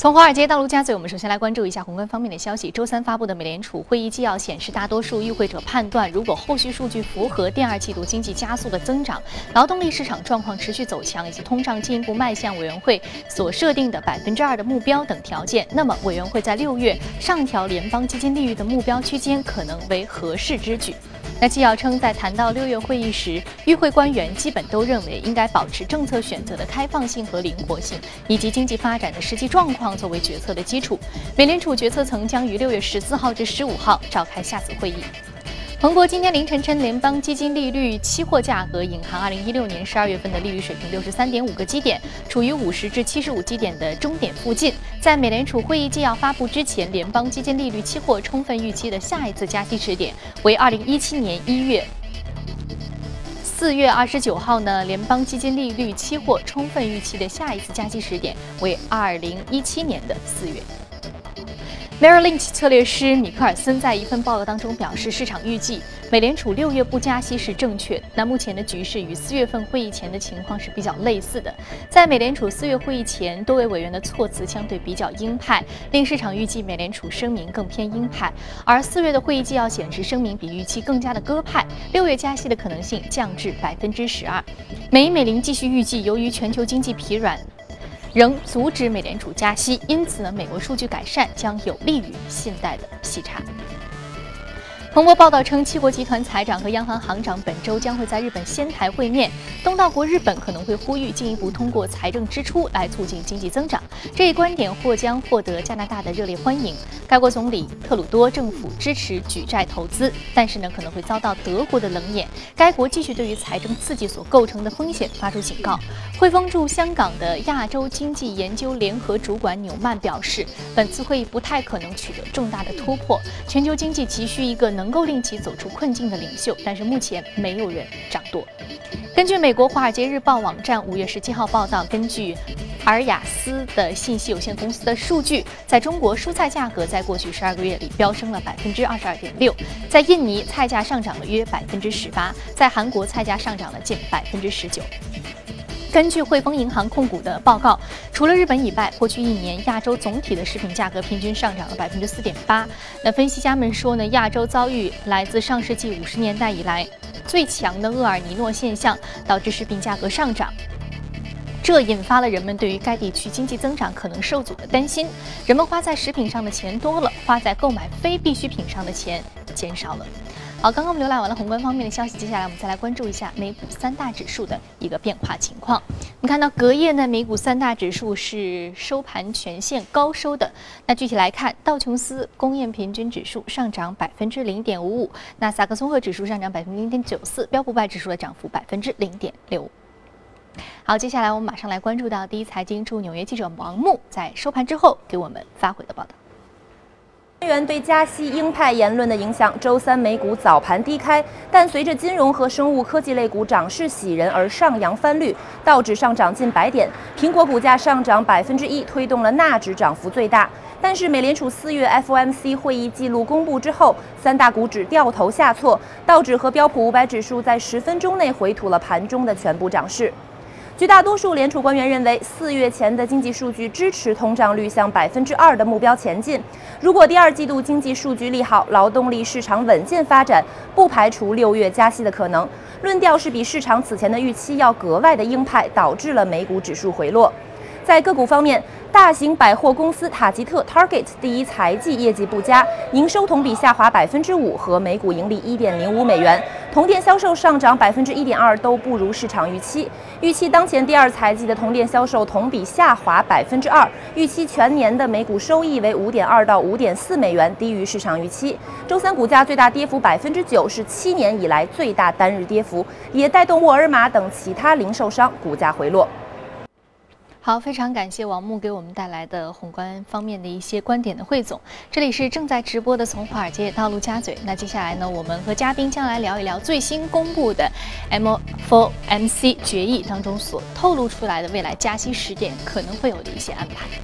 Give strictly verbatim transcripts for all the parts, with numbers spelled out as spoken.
从华尔街到陆家嘴，我们首先来关注一下宏观方面的消息。周三发布的美联储会议纪要显示，大多数与会者判断，如果后续数据符合第二季度经济加速的增长、劳动力市场状况持续走强以及通胀进一步迈向委员会所设定的百分之二的目标等条件，那么委员会在六月上调联邦基金利率的目标区间可能为合适之举。那纪要称，在谈到六月会议时，与会官员基本都认为应该保持政策选择的开放性和灵活性，以及经济发展的实际状况作为决策的基础。美联储决策层将于六月十四号至十五号召开下次会议。彭博今天凌晨称，联邦基金利率期货价格隐含二零一六年十二月份的利率水平六十三点五个基点，处于五十至七十五基点的中点附近。在美联储会议纪要发布之前，联邦基金利率期货充分预期的下一次加息时点为二零一七年一月。四月二十九号呢，联邦基金利率期货充分预期的下一次加息时点为二零一七年的四月。Merrill Lynch 策略师米克尔森在一份报告当中表示，市场预计美联储六月不加息是正确的。那目前的局势与四月份会议前的情况是比较类似的。在美联储四月会议前，多位委员的措辞相对比较鹰派，令市场预计美联储声明更偏鹰派。而四月的会议纪要显示，声明比预期更加的鸽派，六月加息的可能性降至百分之十二。美银美林继续预计，由于全球经济疲软，仍阻止美联储加息，因此呢，美国数据改善将有利于信贷的细查。彭博报道称，七国集团财长和央行行长本周将会在日本仙台会面。东道国日本可能会呼吁进一步通过财政支出来促进经济增长，这一观点或将获得加拿大的热烈欢迎。该国总理特鲁多政府支持举债投资，但是呢，可能会遭到德国的冷眼。该国继续对于财政刺激所构成的风险发出警告。汇丰驻香港的亚洲经济研究联合主管纽曼表示，本次会议不太可能取得重大的突破。全球经济急需一个能够令其走出困境的领袖，但是目前没有人掌舵。根据美国《华尔街日报》网站五月十七号报道，根据阿尔雅斯的信息有限公司的数据，在中国蔬菜价格在过去十二个月里飙升了百分之二十二点六，在印尼菜价上涨了约百分之十八，在韩国菜价上涨了近百分之十九。根据汇丰银行控股的报告，除了日本以外，过去一年亚洲总体的食品价格平均上涨了百分之四点八。那分析家们说呢，亚洲遭遇来自上世纪五十年代以来最强的厄尔尼诺现象，导致食品价格上涨。这引发了人们对于该地区经济增长可能受阻的担心。人们花在食品上的钱多了，花在购买非必需品上的钱减少了。好，刚刚我们浏览完了宏观方面的消息，接下来我们再来关注一下美股三大指数的一个变化情况。我们看到隔夜呢，美股三大指数是收盘全线高收的。那具体来看，道琼斯工业平均指数上涨百分之零点五五，纳斯达克综合指数上涨百分之零点九四，标普五百指数的涨幅百分之零点六五。好，接下来我们马上来关注到第一财经驻纽约记者王木在收盘之后给我们发回的报道。 官员对加息鹰派言论的影响，周三美股早盘低开，但随着金融和生物科技类股涨势喜人而上扬翻绿，道指上涨近百点，苹果股价上涨百分之一，推动了纳指涨幅最大。但是美联储四月 F O M C 会议记录公布之后，三大股指掉头下挫，道指和标普五百指数在十分钟内回吐了盘中的全部涨势。绝大多数联储官员认为，四月前的经济数据支持通胀率向百分之二的目标前进。如果第二季度经济数据利好，劳动力市场稳健发展，不排除六月加息的可能。论调是比市场此前的预期要格外的鹰派，导致了美股指数回落。在个股方面，大型百货公司塔吉特 Target 第一财季业绩不佳，营收同比下滑百分之五，和每股盈利一点零五美元。同店销售上涨百分之一点二，都不如市场预期。预期当前第二财季的同店销售同比下滑百分之二，预期全年的每股收益为五点二到五点四美元，低于市场预期。周三股价最大跌幅百分之九，是七年以来最大单日跌幅，也带动沃尔玛等其他零售商股价回落。 好，非常感谢王木给我们带来的宏观方面的一些观点的汇总。这里是正在直播的从华尔街到陆家嘴。那接下来呢，我们和嘉宾将来聊一聊最新公布的 F O M C 决议当中所透露出来的未来加息时点可能会有的一些安排。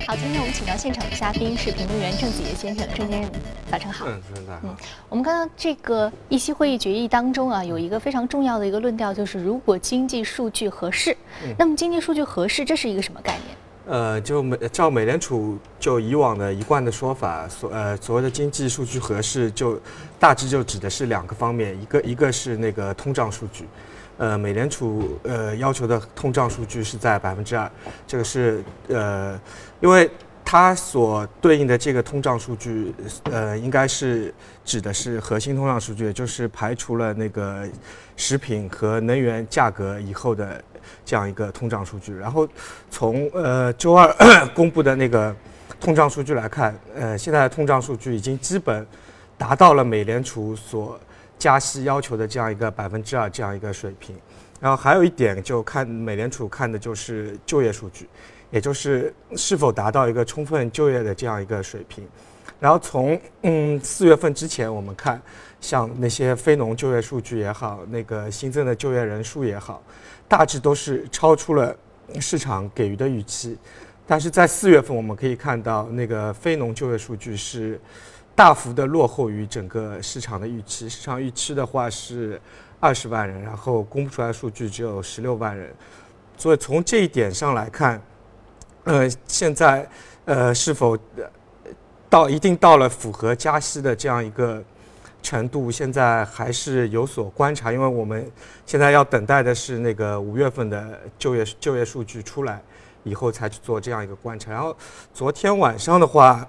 好，今天我们请到现场的嘉宾是评论员郑子杰先生，郑先生早晨好。 嗯，主持人大家好。嗯， 我们看到这个议息会议决议当中啊，有一个非常重要的一个论调，就是如果经济数据合适，嗯、那么经济数据合适这是一个什么概念？ 呃，就美照美联储就以往的一贯的说法，所呃所谓的经济数据合适，就大致就指的是两个方面，一个一个是那个通胀数据。呃，美联储呃要求的通胀数据是在百分之二，这个是呃，因为它所对应的这个通胀数据，呃，应该是指的是核心通胀数据，也就是排除了那个食品和能源价格以后的这样一个通胀数据。然后从呃周二公布的那个通胀数据来看，呃，现在的通胀数据已经基本达到了美联储所加息要求的这样一个百分之二这样一个水平，然后还有一点就看美联储看的就是就业数据，也就是是否达到一个充分就业的这样一个水平。然后从嗯四月份之前我们看，像那些非农就业数据也好，那个新增的就业人数也好，大致都是超出了市场给予的预期。但是在四月份我们可以看到，那个非农就业数据是大幅的落后于整个市场的预期，市场预期的话是二十万人，然后公布出来的数据只有十六万人，所以从这一点上来看，呃，现在呃是否到一定到了符合加息的这样一个程度，现在还是有所观察，因为我们现在要等待的是那个五月份的就业就业数据出来以后才去做这样一个观察。然后昨天晚上的话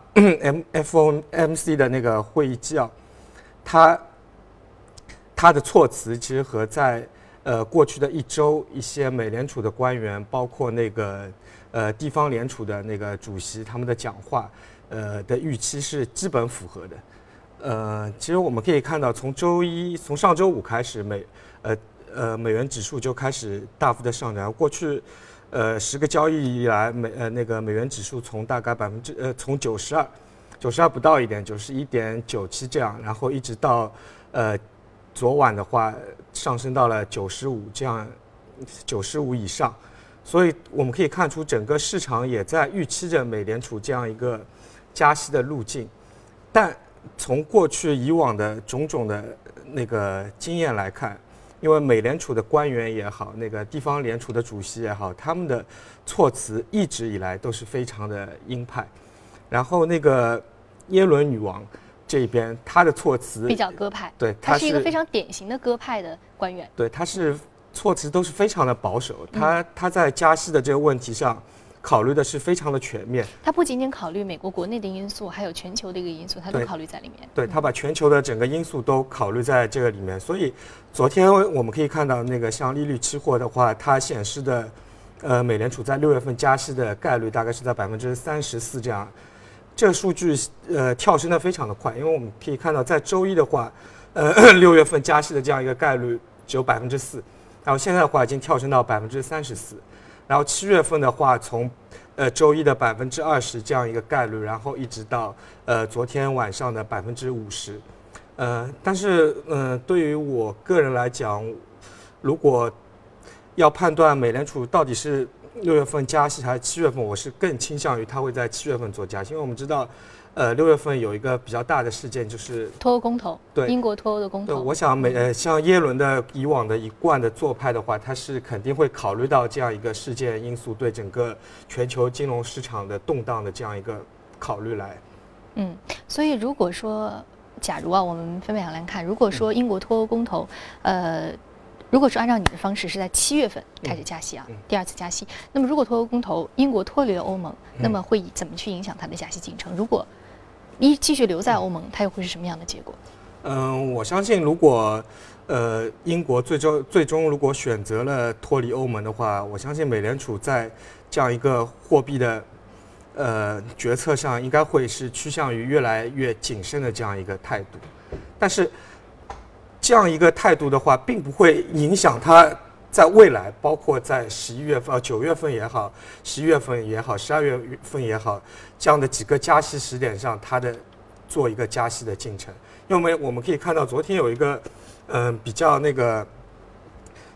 ，F O M C 的那个会议纪要，它它的措辞其实和在呃过去的一周一些美联储的官员，包括那个呃地方联储的那个主席他们的讲话，呃的预期是基本符合的。呃，其实我们可以看到，从周一从上周五开始，美呃呃美元指数就开始大幅的上涨，过去。呃，十个交易以来，美呃那个美元指数从大概百分之呃从九十二，九十二不到一点，九十一点九七这样，然后一直到呃昨晚的话上升到了九十五这样，九十五以上，所以我们可以看出整个市场也在预期着美联储这样一个加息的路径，但从过去以往的种种的那个经验来看。因为美联储的官员也好，那个地方联储的主席也好，他们的措辞一直以来都是非常的鹰派。然后那个耶伦女王这边，她的措辞比较鸽派， 对， 她是一个非常典型的鸽派的官员。 对，她是措辞都是非常的保守，她她在加息的这个问题上。考虑的是非常的全面， 它不仅仅考虑美国国内的因素，还有全球的一个因素，它都考虑在里面。 对，它把全球的整个因素都考虑在这个里面。所以，昨天我们可以看到，那个像利率期货的话，它显示的，呃，美联储在六月份加息的概率大概是在百分之三十四这样。这个数据呃跳升的非常的快，因为我们可以看到，在周一的话，呃，六月份加息的这样一个概率只有百分之四，然后现在的话已经跳升到百分之三十四。然后七月份的话，从呃周一的百分之二十这样一个概率，然后一直到呃昨天晚上的百分之五十，呃，但是呃对于我个人来讲，如果要判断美联储到底是六月份加息还是七月份，我是更倾向于它会在七月份做加息，因为我们知道。呃，六月份有一个比较大的事件，就是脱欧公投， 对英国脱欧的公投。 对，我想美呃，像耶伦的以往的一贯的做派的话，他是肯定会考虑到这样一个事件因素对整个全球金融市场的动荡的这样一个考虑来。 嗯，所以如果说，假如啊，我们分别来看，如果说英国脱欧公投，呃。如果说按照你的方式是在七月份开始加息啊，嗯嗯、第二次加息，那么如果脱欧公投英国脱离了欧盟，那么会怎么去影响它的加息进程？如果一继续留在欧盟，它又会是什么样的结果？ 嗯，我相信如果呃英国最终最终如果选择了脱离欧盟的话，我相信美联储在这样一个货币的呃决策上，应该会是趋向于越来越谨慎的这样一个态度，但是。这样一个态度的话，并不会影响它在未来，包括在十一月份、呃九月份也好，十一月份也好，十二月份也好，这样的几个加息时点上，它的做一个加息的进程。因为我们我们可以看到，昨天有一个嗯、呃、比较那个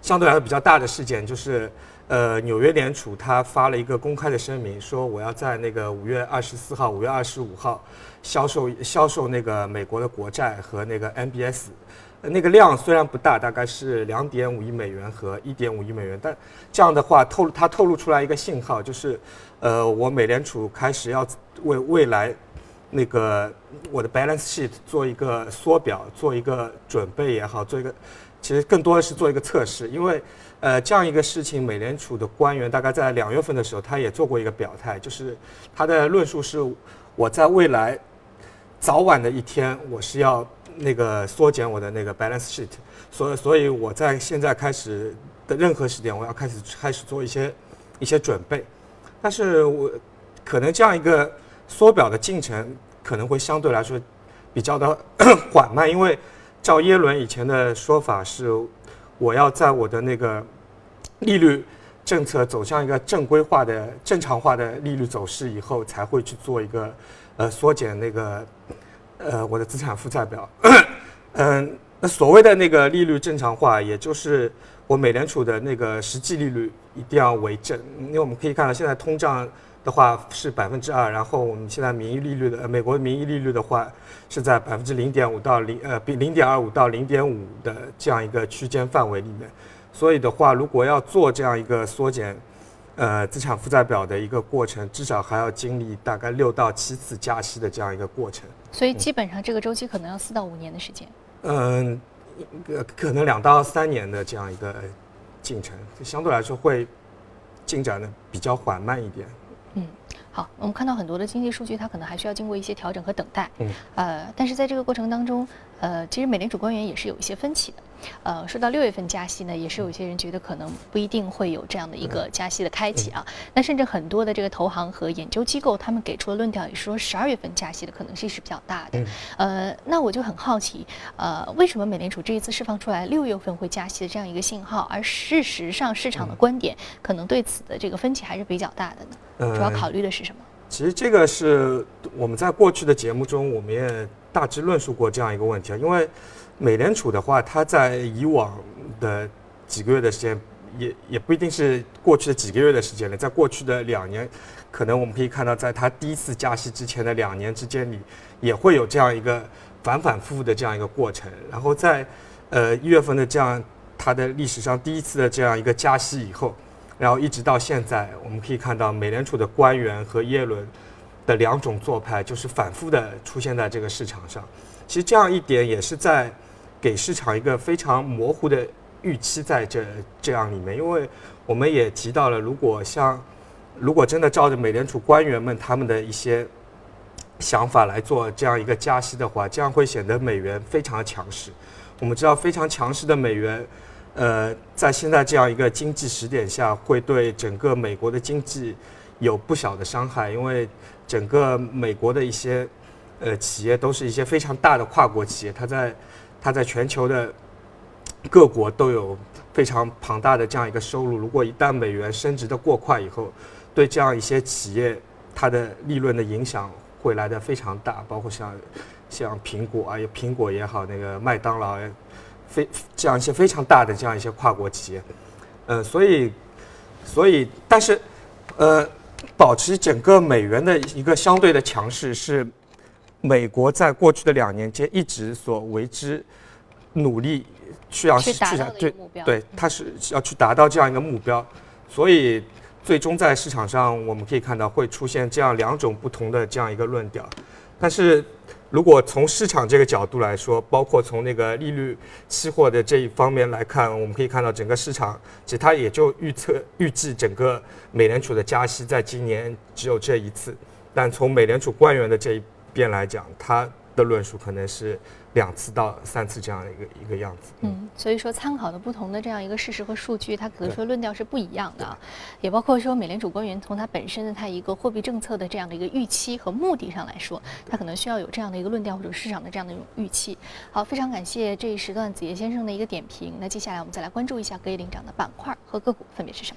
相对来说比较大的事件就是，呃，纽约联储它发了一个公开的声明，说我要在那个五月二十四号、五月二十五号销售销售那个美国的国债和那个 M B S。那个量虽然不大，大概是两点五亿美元和一点五亿美元，但这样的话透露它透露出来一个信号，就是，呃，我美联储开始要为未来那个我的 balance sheet 做一个缩表，做一个准备也好，做一个其实更多的是做一个测试，因为呃这样一个事情，美联储的官员大概在两月份的时候，他也做过一个表态，就是他的论述是我在未来早晚的一天，我是要那个缩减我的那个 balance sheet， 所以所以我在现在开始的任何时点，我要开始开始做一些一些准备，但是我可能这样一个缩表的进程可能会相对来说比较的缓慢，因为照耶伦以前的说法是，我要在我的那个利率政策走向一个正规化的正常化的利率走势以后，才会去做一个呃缩减那个。呃，我的资产负债表，嗯，那所谓的那个利率正常化，也就是我美联储的那个实际利率一定要为正，因为我们可以看到现在通胀的话是百分之二，然后我们现在名义利率的，呃、美国名义利率的话是在百分之零点五到零呃零点二五到零点五的这样一个区间范围里面，所以的话，如果要做这样一个缩减。呃，资产负债表的一个过程，至少还要经历大概六到七次加息的这样一个过程。 所以基本上这个周期可能要四到五年的时间。 嗯，呃，可能两到三年的这样一个进程，相对来说会进展的比较缓慢一点。 嗯，好，我们看到很多的经济数据，它可能还需要经过一些调整和等待。 嗯， 呃，但是在这个过程当中，呃，其实美联储官员也是有一些分歧的。呃，说到六月份加息呢，也是有一些人觉得可能不一定会有这样的一个加息的开启啊。那甚至很多的这个投行和研究机构，他们给出的论调也是说十二月份加息的可能性是比较大的。呃，那我就很好奇，呃，为什么美联储这一次释放出来六月份会加息的这样一个信号，而事实上市场的观点可能对此的这个分歧还是比较大的呢？主要考虑的是什么？ 其实这个是我们在过去的节目中，我们也大致论述过这样一个问题啊，因为美联储的话，它在以往的几个月的时间，也也不一定是过去的几个月的时间了，在过去的两年，可能我们可以看到，在它第一次加息之前的两年之间里，也会有这样一个反反复复的这样一个过程。然后在呃一月份的这样它的历史上第一次的这样一个加息以后，然后一直到现在，我们可以看到美联储的官员和耶伦的两种做派，就是反复的出现在这个市场上。其实这样一点也是在给市场一个非常模糊的预期在这这样里面，因为我们也提到了，如果像如果真的照着美联储官员们他们的一些想法来做这样一个加息的话，这样会显得美元非常强势。我们知道非常强势的美元，呃，在现在这样一个经济时点下，会对整个美国的经济有不小的伤害，因为整个美国的一些呃企业都是一些非常大的跨国企业，它在它在全球的各国都有非常庞大的这样一个收入。如果一旦美元升值的过快以后，对这样一些企业它的利润的影响会来得非常大，包括像像苹果啊，苹果也好，那个麦当劳，非这样一些非常大的这样一些跨国企业，呃，所以所以但是呃，保持整个美元的一个相对的强势是美国在过去的两年间一直所为之努力去要去达到的一个目标， 对，它是要去达到这样一个目标，所以最终在市场上我们可以看到会出现这样两种不同的这样一个论调。但是如果从市场这个角度来说，包括从那个利率期货的这一方面来看，我们可以看到整个市场其实它也就预测预计整个美联储的加息在今年只有这一次，但从美联储官员的这一边来讲，他的论述可能是两次到三次这样的一个一个样子。 嗯，所以说参考的不同的这样一个事实和数据，它可能说论调是不一样的，也包括说美联储官员从它本身的它一个货币政策的这样的一个预期和目的上来说，它可能需要有这样的一个论调或者市场的这样的一种预期。好，非常感谢这一时段子夜先生的一个点评。那接下来我们再来关注一下各业领涨的板块和个股分别是什么。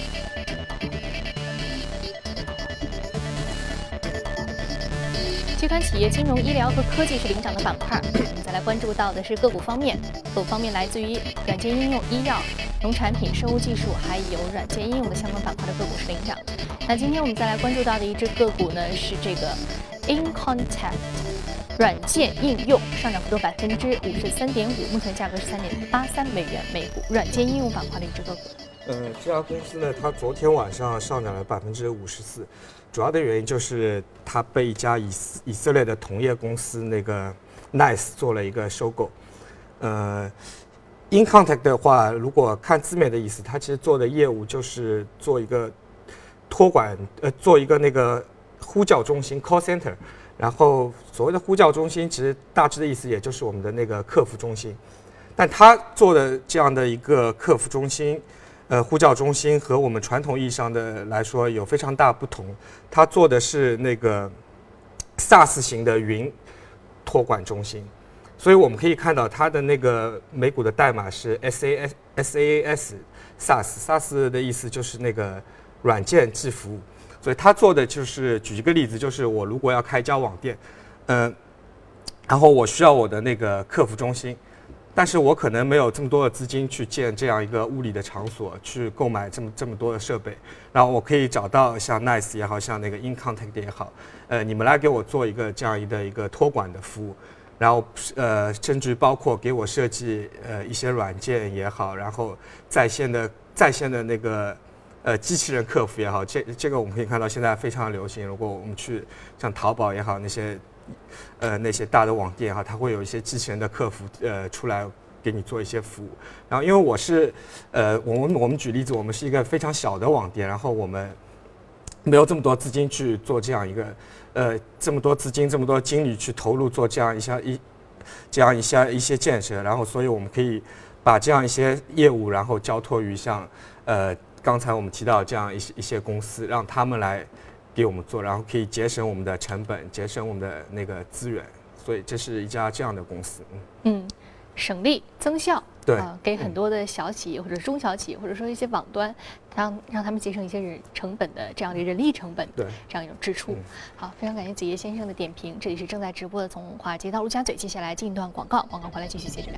集传企业、金融、医疗和科技是领涨的板块。我们再来关注到的是个股方面，个股方面来自于软件应用、医药、农产品、生物技术，还有软件应用的相关板块的个股是领涨。那今天我们再来关注到的一只个股呢是这个 InContact 软件应用，上涨幅度百分之五十三点五，目前价格是三点八三美元每股，软件应用板块的一只个股。 呃，这家公司呢，它昨天晚上上涨了百分之五十四，主要的原因就是它被一家以以色列的同业公司那个 Nice 做了一个收购。呃 ，InContact 的话，如果看字面的意思，它其实做的业务就是做一个托管，呃，做一个那个呼叫中心 call center。然后所谓的呼叫中心，其实大致的意思也就是我们的那个客服中心。但它做的这样的一个客服中心。呃，呼叫中心和我们传统意义上的来说有非常大不同，它做的是那个 SaaS 型的云托管中心，所以我们可以看到它的那个美股的代码是 S A S S A A S SaaS SaaS 的意思就是那个软件制服务，所以它做的就是举一个例子，就是我如果要开一家网店，嗯、呃，然后我需要我的那个客服中心。但是我可能没有这么多的资金去建这样一个物理的场所，去购买这么这么多的设备，然后我可以找到像 Nice 也好像那个 InContact 也好，呃，你们来给我做一个这样一的一个托管的服务，然后呃，甚至包括给我设计呃一些软件也好，然后在线的在线的那个呃机器人客服也好，这这个我们可以看到现在非常流行。如果我们去像淘宝也好那些。呃，那些大的网店哈，它会有一些机器人的客服呃出来给你做一些服务。然后因为我是呃，我们我们举例子，我们是一个非常小的网店，然后我们没有这么多资金去做这样一个呃这么多资金这么多精力去投入做这样一下一这样一下一些建设，然后所以我们可以把这样一些业务然后交托于像呃刚才我们提到这样一些一些公司，让他们来。给我们做，然后可以节省我们的成本，节省我们的那个资源，所以这是一家这样的公司。 嗯，嗯省力增效， 对、 呃，给很多的小企业或者中小企业，或者说一些网端，让让他们节省一些人成本的这样的人力成本， 对这样一种支出。嗯、好，非常感谢子夜先生的点评。这里是正在直播的从华尔街到陆家嘴，接下来进一段广告，广告回来继续接着聊。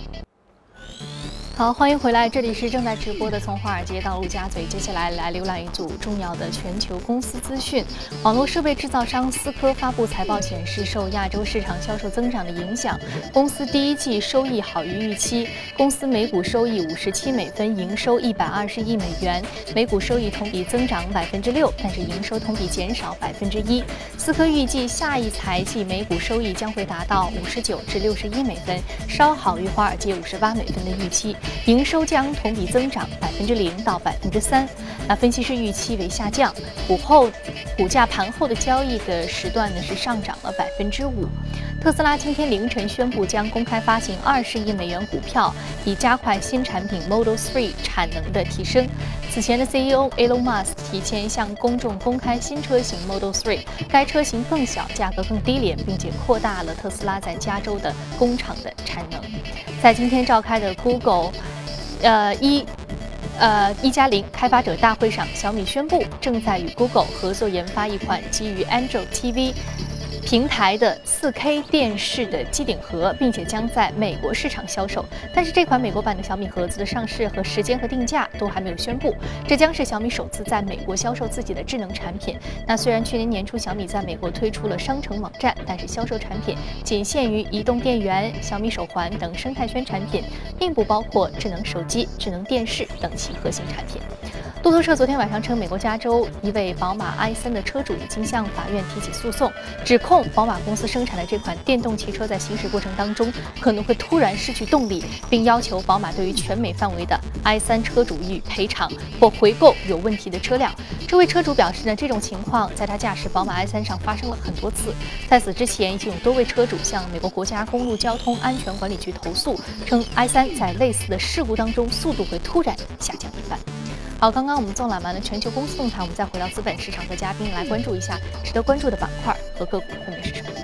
好，欢迎回来，这里是正在直播的从华尔街到陆家嘴。接下来来浏览一组重要的全球公司资讯。网络设备制造商思科发布财报显示，受亚洲市场销售增长的影响，公司第一季收益好于预期。公司每股收益五十七美分，营收一百二十亿美元，每股收益同比增长百分之六，但是营收同比减少百分之一。思科预计下一财季每股收益将会达到五十九至六十一美分，稍好于华尔街五十八美分的预期。营收将同比增长百分之零到百分之三，那分析师预期为下降。股后股价盘后的交易的时段呢是上涨了百分之五。特斯拉今天凌晨宣布将公开发行二十亿美元股票，以加快新产品 Model 三产能的提升。此前的 C E O Elon Musk 提前向公众公开新车型 Model 三，该车型更小，价格更低廉，并且扩大了特斯拉在加州的工厂的产能。在今天召开的 Google 呃一呃一加零开发者大会上，小米宣布正在与 Google 合作研发一款基于 Android T V平台的 四K 电视的机顶盒，并且将在美国市场销售。但是这款美国版的小米盒子的上市和时间和定价都还没有宣布。这将是小米首次在美国销售自己的智能产品。那虽然去年年初小米在美国推出了商城网站，但是销售产品仅限于移动电源、小米手环等生态圈产品，并不包括智能手机、智能电视等其核心产品。路透社昨天晚上称，美国加州一位宝马 i 三的车主已经向法院提起诉讼，指控宝马公司生产的这款电动汽车在行驶过程当中可能会突然失去动力，并要求宝马对于全美范围的 i 三车主予以赔偿或回购有问题的车辆。这位车主表示呢，这种情况在他驾驶宝马 i 三上发生了很多次。在此之前，已经有多位车主向美国国家公路交通安全管理局投诉，称 i 三在类似的事故当中速度会突然下降一半。好，刚刚我们纵览完了全球公司动态，我们再回到资本市场和嘉宾来关注一下值得关注的板块和个股分别是什么。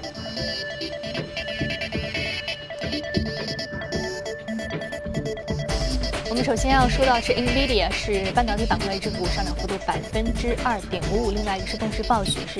我们首先要说到是 NVIDIA， 是半导体板块一只股，上涨幅度百分之二点五五。另外一个是动视暴雪，是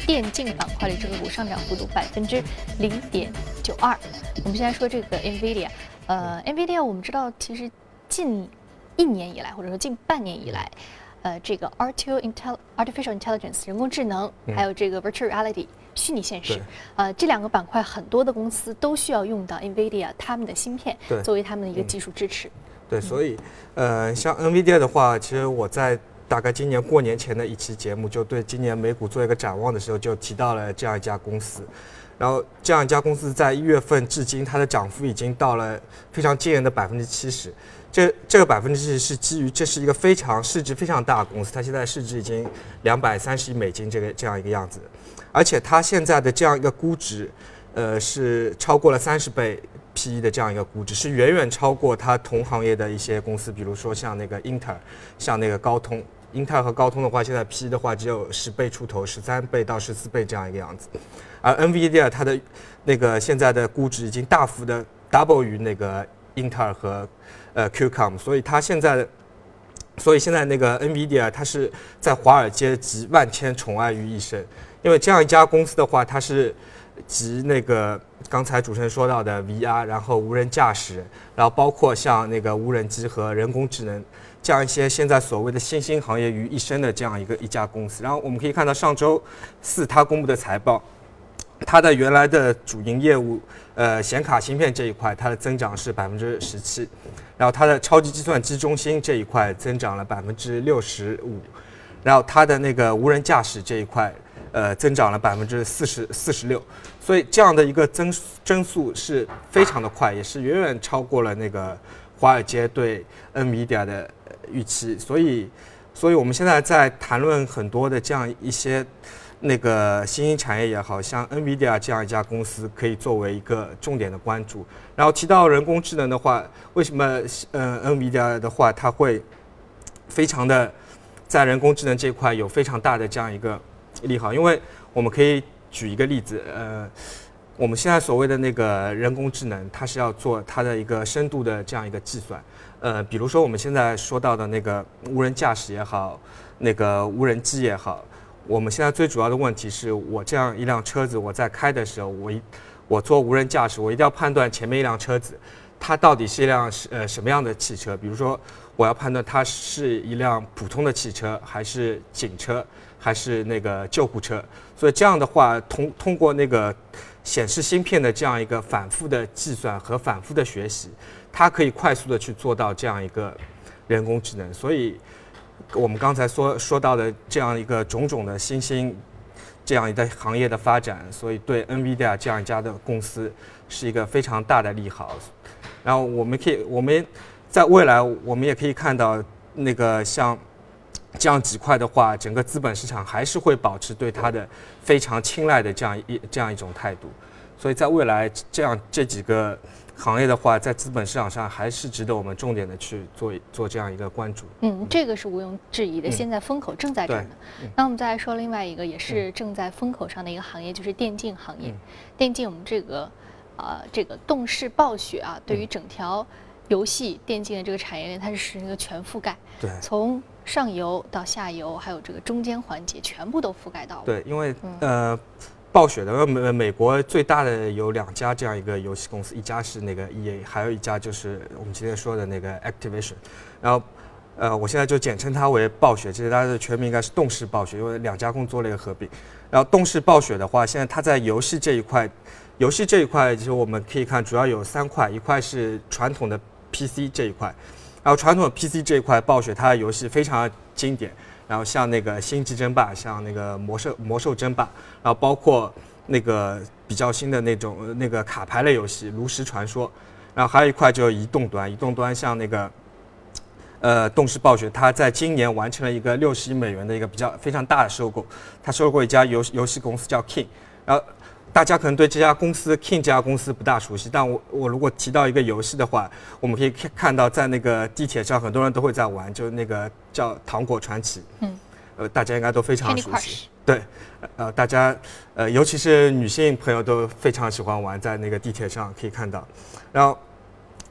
电竞板块里，这个股上涨幅度百分之零点九二。我们现在说这个 NVIDIA， 呃 ，NVIDIA 我们知道，其实近一年以来，或者说近半年以来，呃，这个 Artificial Intelligence 人工智能，还有这个 Virtual Reality 虚拟现实，呃，这两个板块很多的公司都需要用到 NVIDIA 他们的芯片作为他们的一个技术支持。 对，所以呃，像 NVIDIA 的话，其实我在大概今年过年前的一期节目，就对今年美股做一个展望的时候，就提到了这样一家公司。然后这样一家公司在一月份至今，它的涨幅已经到了非常惊人的百分之七十。这这个百分之七十是基于这是一个非常市值非常大的公司，它现在市值已经两百三十亿美金这个这样一个样子，而且它现在的这样一个估值，呃，是超过了三十倍 P E 的这样一个估值，是远远超过它同行业的一些公司，比如说像那个英特尔，像那个高通。英特尔和高通的话，现在 P E 的话只有十倍出头，十三倍到十四倍这样一个样子，而 NVIDIA 它的那个现在的估值已经大幅的 double 于那个英特尔和呃 Qualcomm， 所以它现在，所以现在那个 NVIDIA 它是在华尔街集万千宠爱于一身，因为这样一家公司的话，它是集那个刚才主持人说到的 V R， 然后无人驾驶，然后包括像那个无人机和人工智能这样一些现在所谓的新兴行业于一身的这样一个一家公司。然后我们可以看到上周四它公布的财报，它的原来的主营业务，呃，显卡芯片这一块，它的增长是百分之十七，然后它的超级计算机中心这一块增长了百分之六十五，然后它的那个无人驾驶这一块，呃，增长了百分之四十四十六，所以这样的一个增增速是非常的快，也是远远超过了那个华尔街对 NVIDIA 的预期，所以，所以我们现在在谈论很多的这样一些那个新兴产业也好，像 NVIDIA 这样一家公司可以作为一个重点的关注。然后提到人工智能的话，为什么呃 NVIDIA 的话它会非常的在人工智能这一块有非常大的这样一个利好？因为我们可以举一个例子，呃。我们现在所谓的那个人工智能，它是要做它的一个深度的这样一个计算，呃，比如说我们现在说到的那个无人驾驶也好，那个无人机也好，我们现在最主要的问题是我这样一辆车子，我在开的时候，我一我做无人驾驶，我一定要判断前面一辆车子，它到底是一辆呃什么样的汽车，比如说我要判断它是一辆普通的汽车，还是警车，还是那个救护车，所以这样的话，通通过那个显示芯片的这样一个反复的计算和反复的学习，它可以快速的去做到这样一个人工智能。所以，我们刚才说说到的这样一个种种的新兴这样一个行业的发展，所以对 NVIDIA 这样一家的公司是一个非常大的利好。然后我们可以，我们在未来我们也可以看到，那个像这样几块的话，整个资本市场还是会保持对它的非常青睐的这样一这样一种态度，所以在未来这样这几个行业的话，在资本市场上还是值得我们重点的去做做这样一个关注。 嗯，这个是毋庸置疑的，嗯、现在风口正在这儿呢。嗯、那我们再来说另外一个也是正在风口上的一个行业，就是电竞行业。嗯、电竞我们这个呃这个动视暴雪啊，对于整条游戏电竞的这个产业链，它是实行一个全覆盖。 对， 从上游到下游，还有这个中间环节，全部都覆盖到了。 对，因为、嗯、呃，暴雪的美美国最大的有两家这样一个游戏公司，一家是那个 E A， 还有一家就是我们今天说的那个 Activision。然后，呃，我现在就简称它为暴雪，其实它的全名应该是动视暴雪，因为两家公司做了一个合并。然后动视暴雪的话，现在它在游戏这一块，游戏这一块其实我们可以看主要有三块，一块是传统的 P C 这一块。然后传统的 P C 这一块，暴雪它的游戏非常经典，然后像那个《星际争霸》，像那个魔兽《魔兽争霸》，然后包括那个比较新的那种那个卡牌类游戏《炉石传说》，然后还有一块就是移动端，移动端像那个呃动视暴雪，它在今年完成了一个六十亿美元的一个比较非常大的收购，它收购一家游游戏公司叫 King， 然后。大家可能对这家公司 King 这家公司不大熟悉，但我我如果提到一个游戏的话，我们可以看到在那个地铁上很多人都会在玩，就是那个叫《糖果传奇》，嗯，呃，大家应该都非常熟悉。对，呃，大家呃，尤其是女性朋友都非常喜欢玩，在那个地铁上可以看到。然后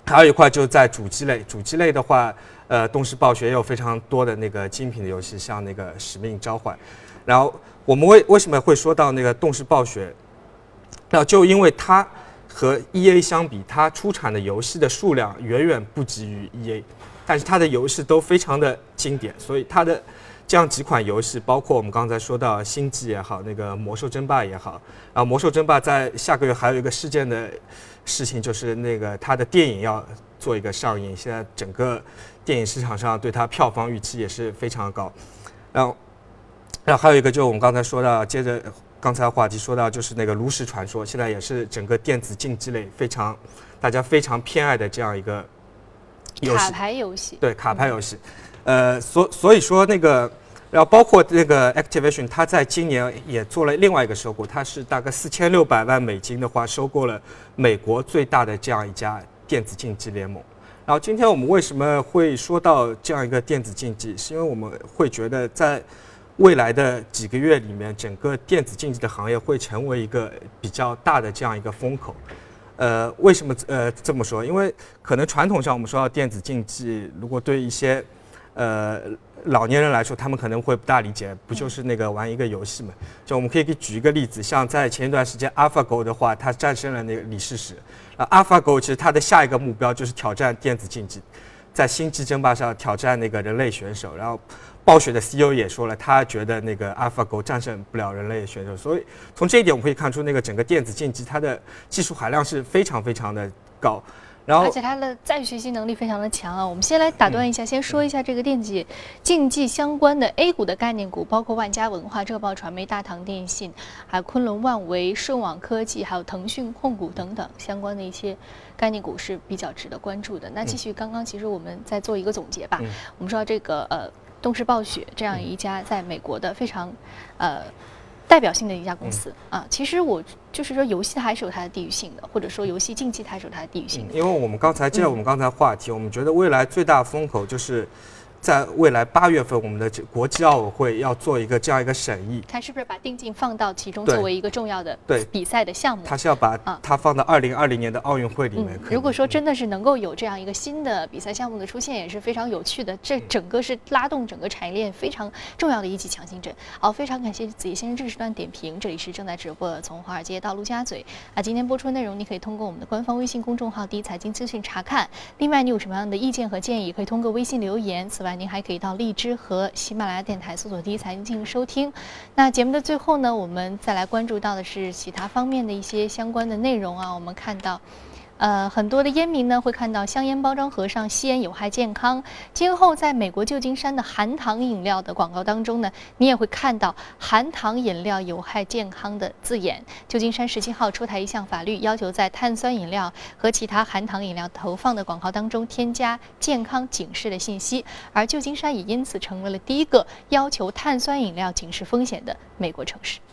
还有一块就在主机类，主机类的话，呃，动视暴雪也有非常多的那个精品的游戏，像那个《使命召唤》。然后我们为为什么会说到那个动视暴雪？那就因为它和 E A 相比，它出产的游戏的数量远远不及于 E A， 但是它的游戏都非常的经典，所以它的这样几款游戏，包括我们刚才说到《星际》也好，那个《魔兽争霸》也好，然后《魔兽争霸》在下个月还有一个事件的事情，就是那个它的电影要做一个上映，现在整个电影市场上对它票房预期也是非常高。然后，然后还有一个就是我们刚才说到，接着刚才话题说到，就是那个炉石传说，现在也是整个电子竞技类非常大家非常偏爱的这样一个游戏， 卡牌游戏， 对卡牌游戏。呃，所所以说那个，然后包括那个 Activision， 它在今年也做了另外一个收购，它是大概四千六百万美金的话，收购了美国最大的这样一家电子竞技联盟。然后今天我们为什么会说到这样一个电子竞技，是因为我们会觉得在未来的几个月里面，整个电子竞技的行业会成为一个比较大的这样一个风口。呃，为什么呃这么说？因为可能传统上我们说到电子竞技，如果对一些呃，老年人来说，他们可能会不大理解，不就是那个玩一个游戏嘛？就我们可以给举一个例子，像在前一段时间 AlphaGo 的话，它战胜了那个李世石。啊 ，AlphaGo 其实它的下一个目标就是挑战电子竞技，在星际争霸上挑战那个人类选手。然后，暴雪的 C E O 也说了，他觉得那个 AlphaGo 战胜不了人类选手。所以从这一点我们可以看出，那个整个电子竞技它的技术含量是非常非常的高。然后而且它的再学习能力非常的强啊！我们先来打断一下，嗯、先说一下这个电子竞技相关的 A 股的概念股，包括万家文化、浙报传媒、大唐电信，还有昆仑万维、顺网科技，还有腾讯控股等等相关的一些概念股是比较值得关注的。那继续刚刚，其实我们再做一个总结吧。嗯、我们说这个呃，动视暴雪这样一家在美国的非常呃。代表性的一家公司、嗯、啊，其实我就是说，游戏它还是有它的地域性的，或者说游戏竞技它还是有它的地域性的。 嗯、因为我们刚才接着我们刚才话题，嗯、我们觉得未来最大风口就是在未来八月份，我们的国际奥委会要做一个这样一个审议， 它是不是把电竞放到其中作为一个重要的比赛的项目？ 它是要把它放到二零二零年的奥运会里面、嗯。 如果说真的是能够有这样一个新的比赛项目的出现，也是非常有趣的。这整个是拉动整个产业链非常重要的一级强心针。好，非常感谢子怡先生这时段点评。这里是正在直播的从华尔街到陆家嘴啊，今天播出的内容你可以通过我们的官方微信公众号第一财经资讯查看。另外，你有什么样的意见和建议，可以通过微信留言。此外，您还可以到荔枝和喜马拉雅电台搜索第一财经进行收听。那节目的最后呢，我们再来关注到的是其他方面的一些相关的内容啊。我们看到呃，很多的烟民呢会看到香烟包装盒上吸烟有害健康。今后在美国旧金山的含糖饮料的广告当中呢，你也会看到含糖饮料有害健康的字眼。旧金山十七号出台一项法律，要求在碳酸饮料和其他含糖饮料投放的广告当中添加健康警示的信息，而旧金山也因此成为了第一个要求碳酸饮料警示风险的美国城市。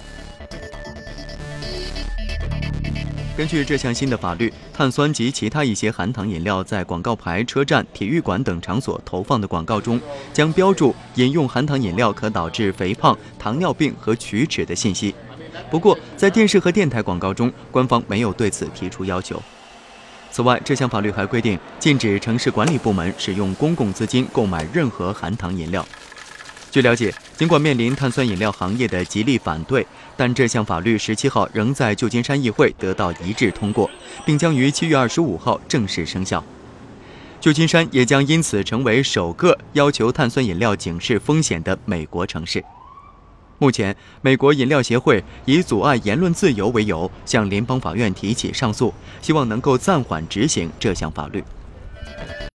根据这项新的法律，碳酸及其他一些含糖饮料在广告牌、车站、体育馆等场所投放的广告中，将标注饮用含糖饮料可导致肥胖、糖尿病和龋齿的信息。不过，在电视和电台广告中，官方没有对此提出要求。此外，这项法律还规定，禁止城市管理部门使用公共资金购买任何含糖饮料。据了解，尽管面临碳酸饮料行业的极力反对，但这项法律十七号仍在旧金山议会得到一致通过，并将于七月二十五号正式生效。旧金山也将因此成为首个要求碳酸饮料警示风险的美国城市。目前，美国饮料协会以阻碍言论自由为由，向联邦法院提起上诉，希望能够暂缓执行这项法律。